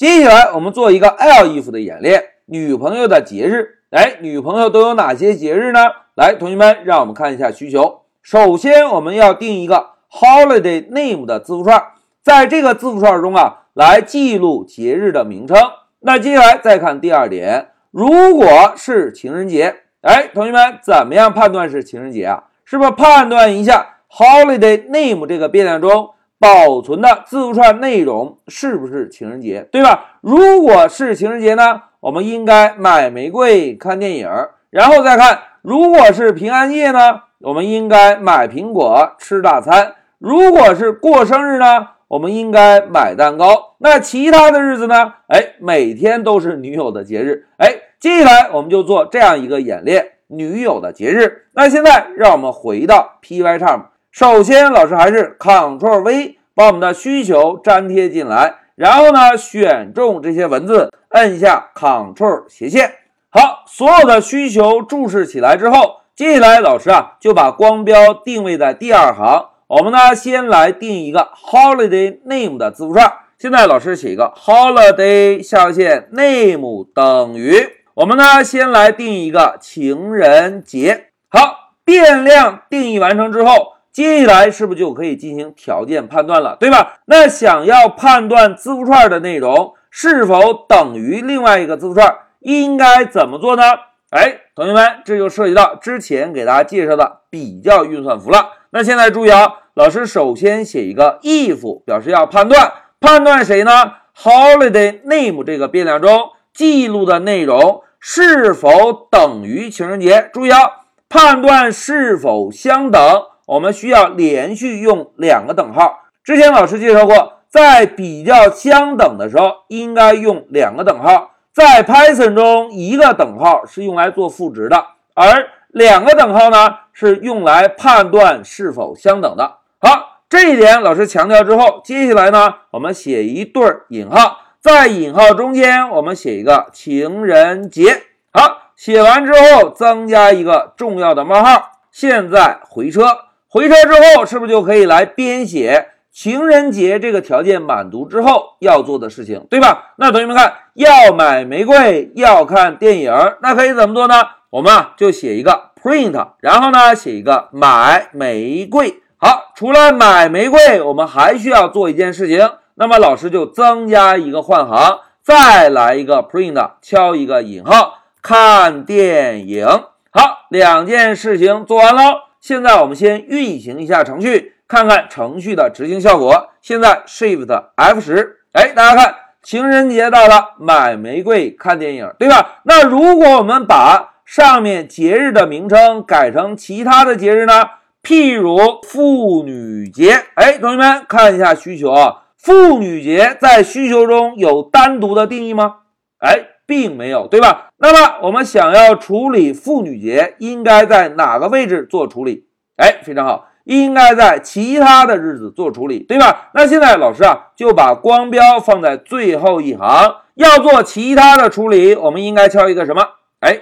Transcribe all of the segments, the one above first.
接下来我们做一个 else if 的演练，女朋友的节日。女朋友都有哪些节日呢？来，同学们，让我们看一下需求。首先，我们要定一个 holiday name 的字符串，在这个字符串中来记录节日的名称。那接下来再看第二点，如果是情人节，同学们怎么样判断是情人节啊？是不是判断一下 holiday name 这个变量中保存的字符串内容是不是情人节，对吧？如果是情人节呢，我们应该买玫瑰看电影，然后再看如果是平安夜呢，我们应该买苹果吃大餐，如果是过生日呢，我们应该买蛋糕。那其他的日子呢，每天都是女友的节日。接下来我们就做这样一个演练，女友的节日。那现在让我们回到 Pycharm， 首先老师还是 Ctrl+V 把我们的需求粘贴进来，然后呢选中这些文字，按下 Ctrl 斜线。好，所有的需求注释起来之后，接下来老师就把光标定位在第二行，我们呢先来定一个 holiday name 的字符串。现在老师写一个 holiday 下划线 name 等于，我们呢先来定一个情人节。好，变量定义完成之后，接下来是不是就可以进行条件判断了，对吧？那想要判断字符串的内容是否等于另外一个字符串，应该怎么做呢？同学们，这就涉及到之前给大家介绍的比较运算符了。那现在注意老师首先写一个 if， 表示要判断谁呢？ holiday name 这个变量中记录的内容是否等于情人节。注意判断是否相等，我们需要连续用两个等号。之前老师介绍过，在比较相等的时候应该用两个等号。在 Python 中，一个等号是用来做赋值的，而两个等号呢是用来判断是否相等的。好，这一点老师强调之后，接下来呢我们写一对引号，在引号中间我们写一个情人节。好，写完之后增加一个重要的冒号。现在回车之后，是不是就可以来编写情人节这个条件满足之后要做的事情，对吧？那同学们看，要买玫瑰，要看电影，那可以怎么做呢？我们就写一个 print， 然后呢写一个买玫瑰。好，除了买玫瑰，我们还需要做一件事情，那么老师就增加一个换行，再来一个 print， 敲一个引号，看电影。好，两件事情做完了。现在我们先运行一下程序，看看程序的执行效果。现在 Shift F10， 大家看，情人节到了，买玫瑰看电影，对吧？那如果我们把上面节日的名称改成其他的节日呢？譬如妇女节。同学们看一下需求妇女节在需求中有单独的定义吗？并没有，对吧？那么我们想要处理妇女节，应该在哪个位置做处理？非常好，应该在其他的日子做处理，对吧？那现在老师就把光标放在最后一行，要做其他的处理，我们应该敲一个什么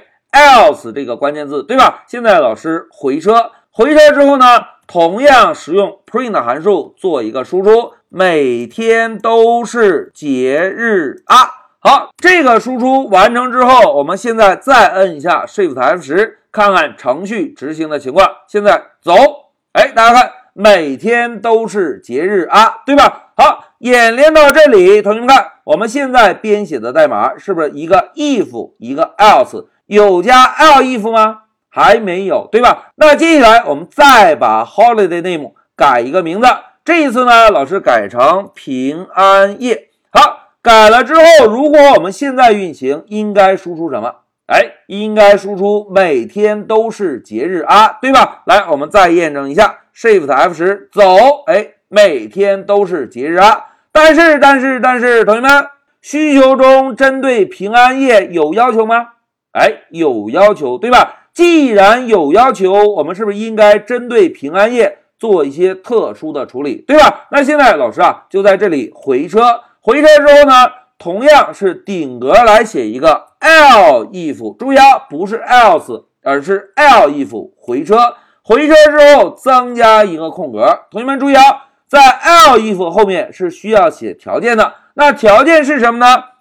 ？else 这个关键字，对吧？现在老师回车之后呢，同样使用 print 函数做一个输出，每天都是节日好，这个输出完成之后，我们现在再摁一下 Shift F10， 看看程序执行的情况。现在走，大家看，每天都是节日对吧？好，演练到这里，同学们看，我们现在编写的代码是不是一个 if 一个 else， 有加 else if 吗？还没有，对吧？那接下来我们再把 holiday name 改一个名字，这一次呢，老师改成平安夜。好，改了之后，如果我们现在运行，应该输出什么？应该输出每天都是节日对吧？来，我们再验证一下 Shift F10 走，每天都是节日但是同学们，需求中针对平安夜有要求吗？有要求，对吧？既然有要求，我们是不是应该针对平安夜做一些特殊的处理，对吧？那现在老师就在这里回车之后呢，同样是顶格来写一个 else if， 注意不是 else， 而是 else if 回车之后增加一个空格。同学们注意在 else if 后面是需要写条件的，那条件是什么呢？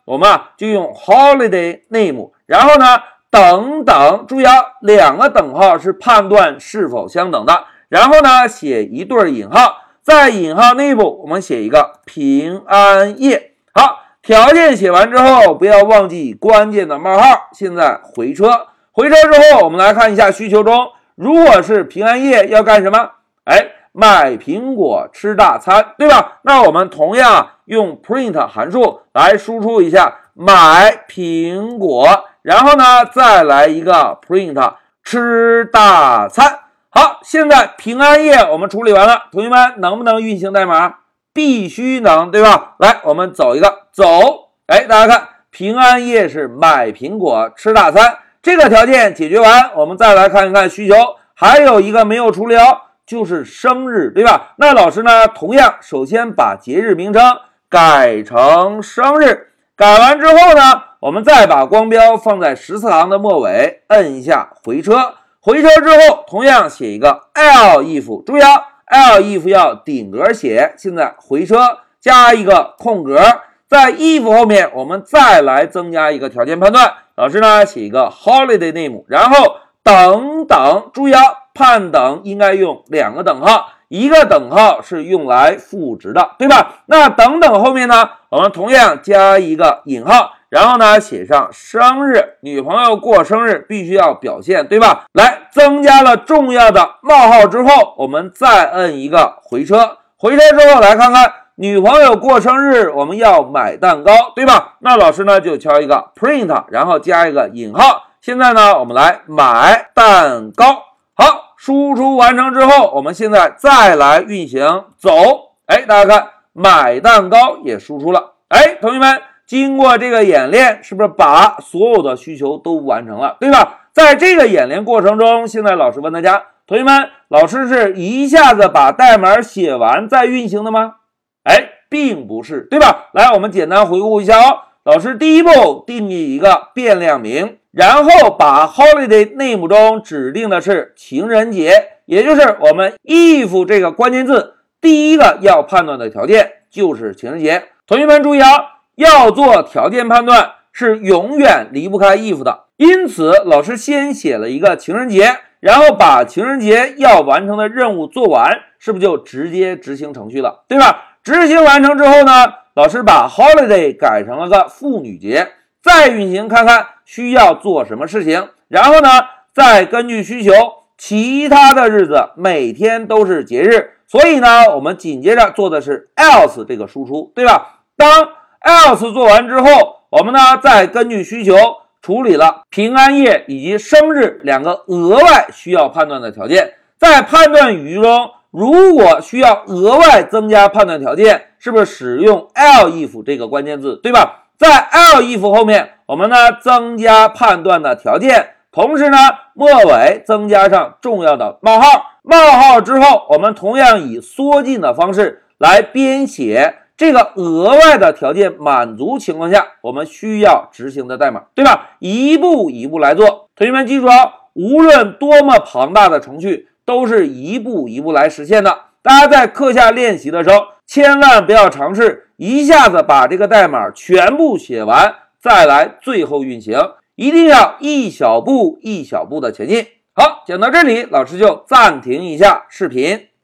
我们就用 holiday name， 然后呢等等，注意啊，两个等号是判断是否相等的，然后呢写一对引号，在引号内部我们写一个平安夜。好，条件写完之后，不要忘记关键的冒号。现在回车，回车之后，我们来看一下需求中，如果是平安夜要干什么？买苹果吃大餐，对吧？那我们同样用 print 函数来输出一下买苹果，然后呢再来一个 print 吃大餐。好，现在平安夜我们处理完了，同学们能不能运行代码？必须能，对吧？来，我们走一个走。大家看，平安夜是买苹果吃大餐，这个条件解决完，我们再来看一看需求，还有一个没有处理哦，就是生日，对吧？那老师呢，同样首先把节日名称改成生日，改完之后呢，我们再把光标放在14行的末尾，摁一下回车，回车之后同样写一个 elif， 注意啊 elif 要顶格写，现在回车加一个空格，在 if 后面我们再来增加一个条件判断，老师呢写一个 holiday name， 然后等等，注意啊，判等应该用两个等号，一个等号是用来赋值的，对吧？那等等后面呢，我们同样加一个引号，然后呢写上生日，女朋友过生日必须要表现，对吧？来，增加了重要的冒号之后，我们再摁一个回车，回车之后来看看女朋友过生日我们要买蛋糕，对吧？那老师呢就敲一个 print， 然后加一个引号，现在呢我们来买蛋糕。好，输出完成之后，我们现在再来运行走。大家看买蛋糕也输出了。同学们经过这个演练，是不是把所有的需求都完成了，对吧？在这个演练过程中，现在老师问大家，同学们，老师是一下子把代码写完再运行的吗？并不是，对吧？来，我们简单回顾一下哦。老师第一步定义一个变量名，然后把 holiday name 中指定的是情人节，也就是我们 if 这个关键字第一个要判断的条件就是情人节。同学们注意啊，要做条件判断是永远离不开 if 的，因此老师先写了一个情人节，然后把情人节要完成的任务做完，是不是就直接执行程序了，对吧？执行完成之后呢，老师把 holiday 改成了个妇女节，再运行看看需要做什么事情，然后呢再根据需求，其他的日子每天都是节日，所以呢我们紧接着做的是 else 这个输出，对吧？当 else 做完之后，我们呢再根据需求处理了平安夜以及生日两个额外需要判断的条件，在判断语句中如果需要额外增加判断条件，是不是使用 elif 这个关键字，对吧？在 elif 后面，我们呢增加判断的条件，同时呢末尾增加上重要的冒号。冒号之后，我们同样以缩进的方式来编写这个额外的条件满足情况下我们需要执行的代码，对吧？一步一步来做。同学们记住啊，无论多么庞大的程序都是一步一步来实现的。大家在课下练习的时候，千万不要尝试一下子把这个代码全部写完，再来最后运行，一定要一小步一小步的前进。好，讲到这里，老师就暂停一下视频。